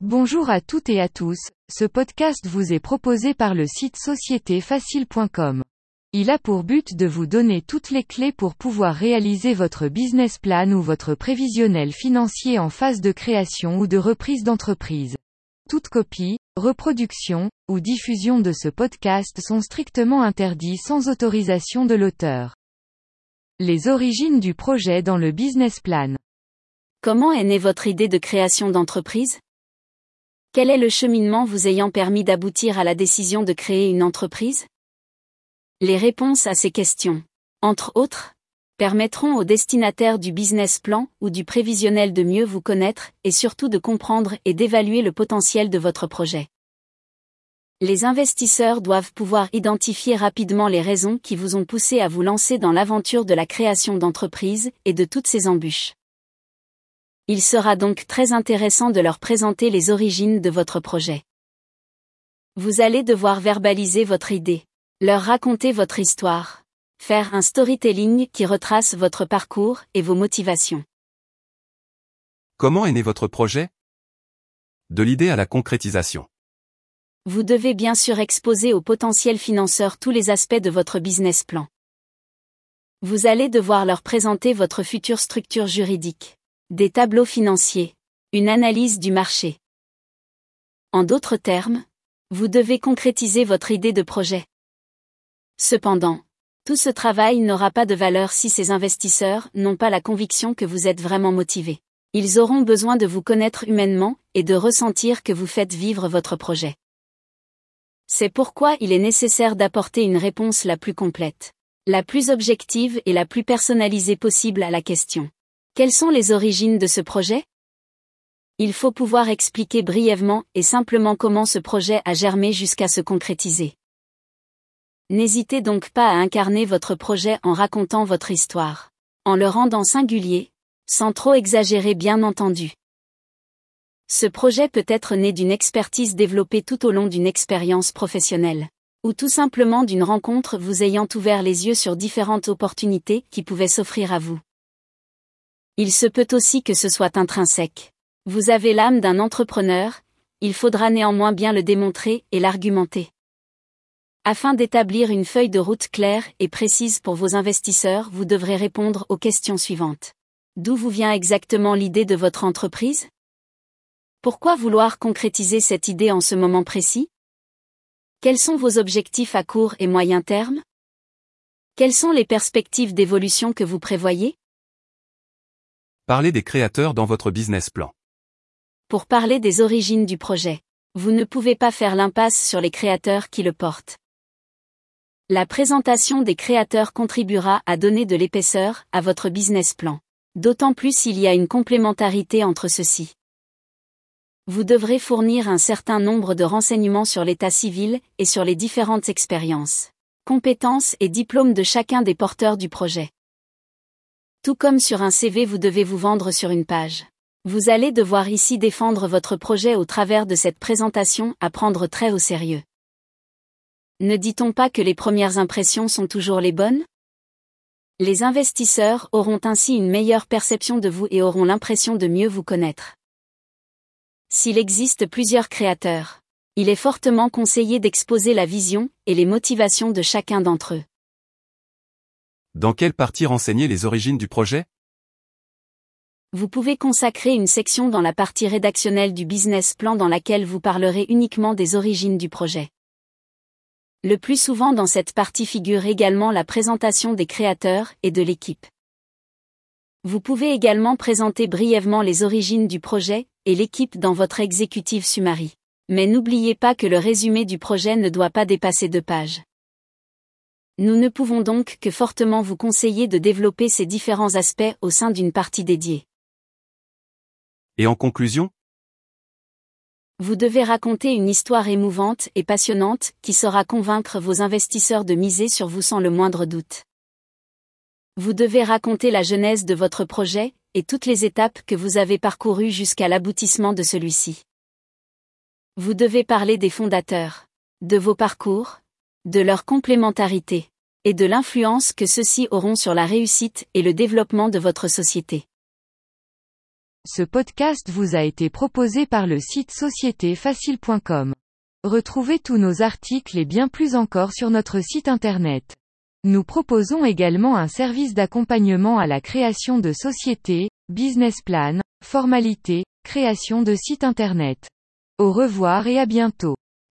Bonjour à toutes et à tous, ce podcast vous est proposé par le site sociétéfacile.com. Il a pour but de vous donner toutes les clés pour pouvoir réaliser votre business plan ou votre prévisionnel financier en phase de création ou de reprise d'entreprise. Toute copie, reproduction, ou diffusion de ce podcast sont strictement interdits sans autorisation de l'auteur. Les origines du projet dans le business plan. Comment est née votre idée de création d'entreprise ? Quel est le cheminement vous ayant permis d'aboutir à la décision de créer une entreprise ? Les réponses à ces questions, entre autres, permettront aux destinataires du business plan ou du prévisionnel de mieux vous connaître et surtout de comprendre et d'évaluer le potentiel de votre projet. Les investisseurs doivent pouvoir identifier rapidement les raisons qui vous ont poussé à vous lancer dans l'aventure de la création d'entreprise et de toutes ces embûches. Il sera donc très intéressant de leur présenter les origines de votre projet. Vous allez devoir verbaliser votre idée, leur raconter votre histoire, faire un storytelling qui retrace votre parcours et vos motivations. Comment est né votre projet ? De l'idée à la concrétisation. Vous devez bien sûr exposer aux potentiels financeurs tous les aspects de votre business plan. Vous allez devoir leur présenter votre future structure juridique, des tableaux financiers, une analyse du marché. En d'autres termes, vous devez concrétiser votre idée de projet. Cependant, tout ce travail n'aura pas de valeur si ces investisseurs n'ont pas la conviction que vous êtes vraiment motivé. Ils auront besoin de vous connaître humainement et de ressentir que vous faites vivre votre projet. C'est pourquoi il est nécessaire d'apporter une réponse la plus complète, la plus objective et la plus personnalisée possible à la question. Quelles sont les origines de ce projet ? Il faut pouvoir expliquer brièvement et simplement comment ce projet a germé jusqu'à se concrétiser. N'hésitez donc pas à incarner votre projet en racontant votre histoire, en le rendant singulier, sans trop exagérer bien entendu. Ce projet peut être né d'une expertise développée tout au long d'une expérience professionnelle, ou tout simplement d'une rencontre vous ayant ouvert les yeux sur différentes opportunités qui pouvaient s'offrir à vous. Il se peut aussi que ce soit intrinsèque. Vous avez l'âme d'un entrepreneur, il faudra néanmoins bien le démontrer et l'argumenter. Afin d'établir une feuille de route claire et précise pour vos investisseurs, vous devrez répondre aux questions suivantes. D'où vous vient exactement l'idée de votre entreprise ? Pourquoi vouloir concrétiser cette idée en ce moment précis ? Quels sont vos objectifs à court et moyen terme ? Quelles sont les perspectives d'évolution que vous prévoyez ? Parlez des créateurs dans votre business plan. Pour parler des origines du projet, vous ne pouvez pas faire l'impasse sur les créateurs qui le portent. La présentation des créateurs contribuera à donner de l'épaisseur à votre business plan, d'autant plus s'il y a une complémentarité entre ceux-ci. Vous devrez fournir un certain nombre de renseignements sur l'état civil et sur les différentes expériences, compétences et diplômes de chacun des porteurs du projet. Tout comme sur un CV, vous devez vous vendre sur une page. Vous allez devoir ici défendre votre projet au travers de cette présentation à prendre très au sérieux. Ne dit-on pas que les premières impressions sont toujours les bonnes ? Les investisseurs auront ainsi une meilleure perception de vous et auront l'impression de mieux vous connaître. S'il existe plusieurs créateurs, il est fortement conseillé d'exposer la vision et les motivations de chacun d'entre eux. Dans quelle partie renseigner les origines du projet ? Vous pouvez consacrer une section dans la partie rédactionnelle du business plan dans laquelle vous parlerez uniquement des origines du projet. Le plus souvent dans cette partie figure également la présentation des créateurs et de l'équipe. Vous pouvez également présenter brièvement les origines du projet et l'équipe dans votre executive summary. Mais n'oubliez pas que le résumé du projet ne doit pas dépasser 2 pages. Nous ne pouvons donc que fortement vous conseiller de développer ces différents aspects au sein d'une partie dédiée. Et en conclusion ? Vous devez raconter une histoire émouvante et passionnante qui saura convaincre vos investisseurs de miser sur vous sans le moindre doute. Vous devez raconter la genèse de votre projet et toutes les étapes que vous avez parcourues jusqu'à l'aboutissement de celui-ci. Vous devez parler des fondateurs, de vos parcours, de leur complémentarité, et de l'influence que ceux-ci auront sur la réussite et le développement de votre société. Ce podcast vous a été proposé par le site sociétéfacile.com. Retrouvez tous nos articles et bien plus encore sur notre site internet. Nous proposons également un service d'accompagnement à la création de sociétés, business plan, formalités, création de sites internet. Au revoir et à bientôt.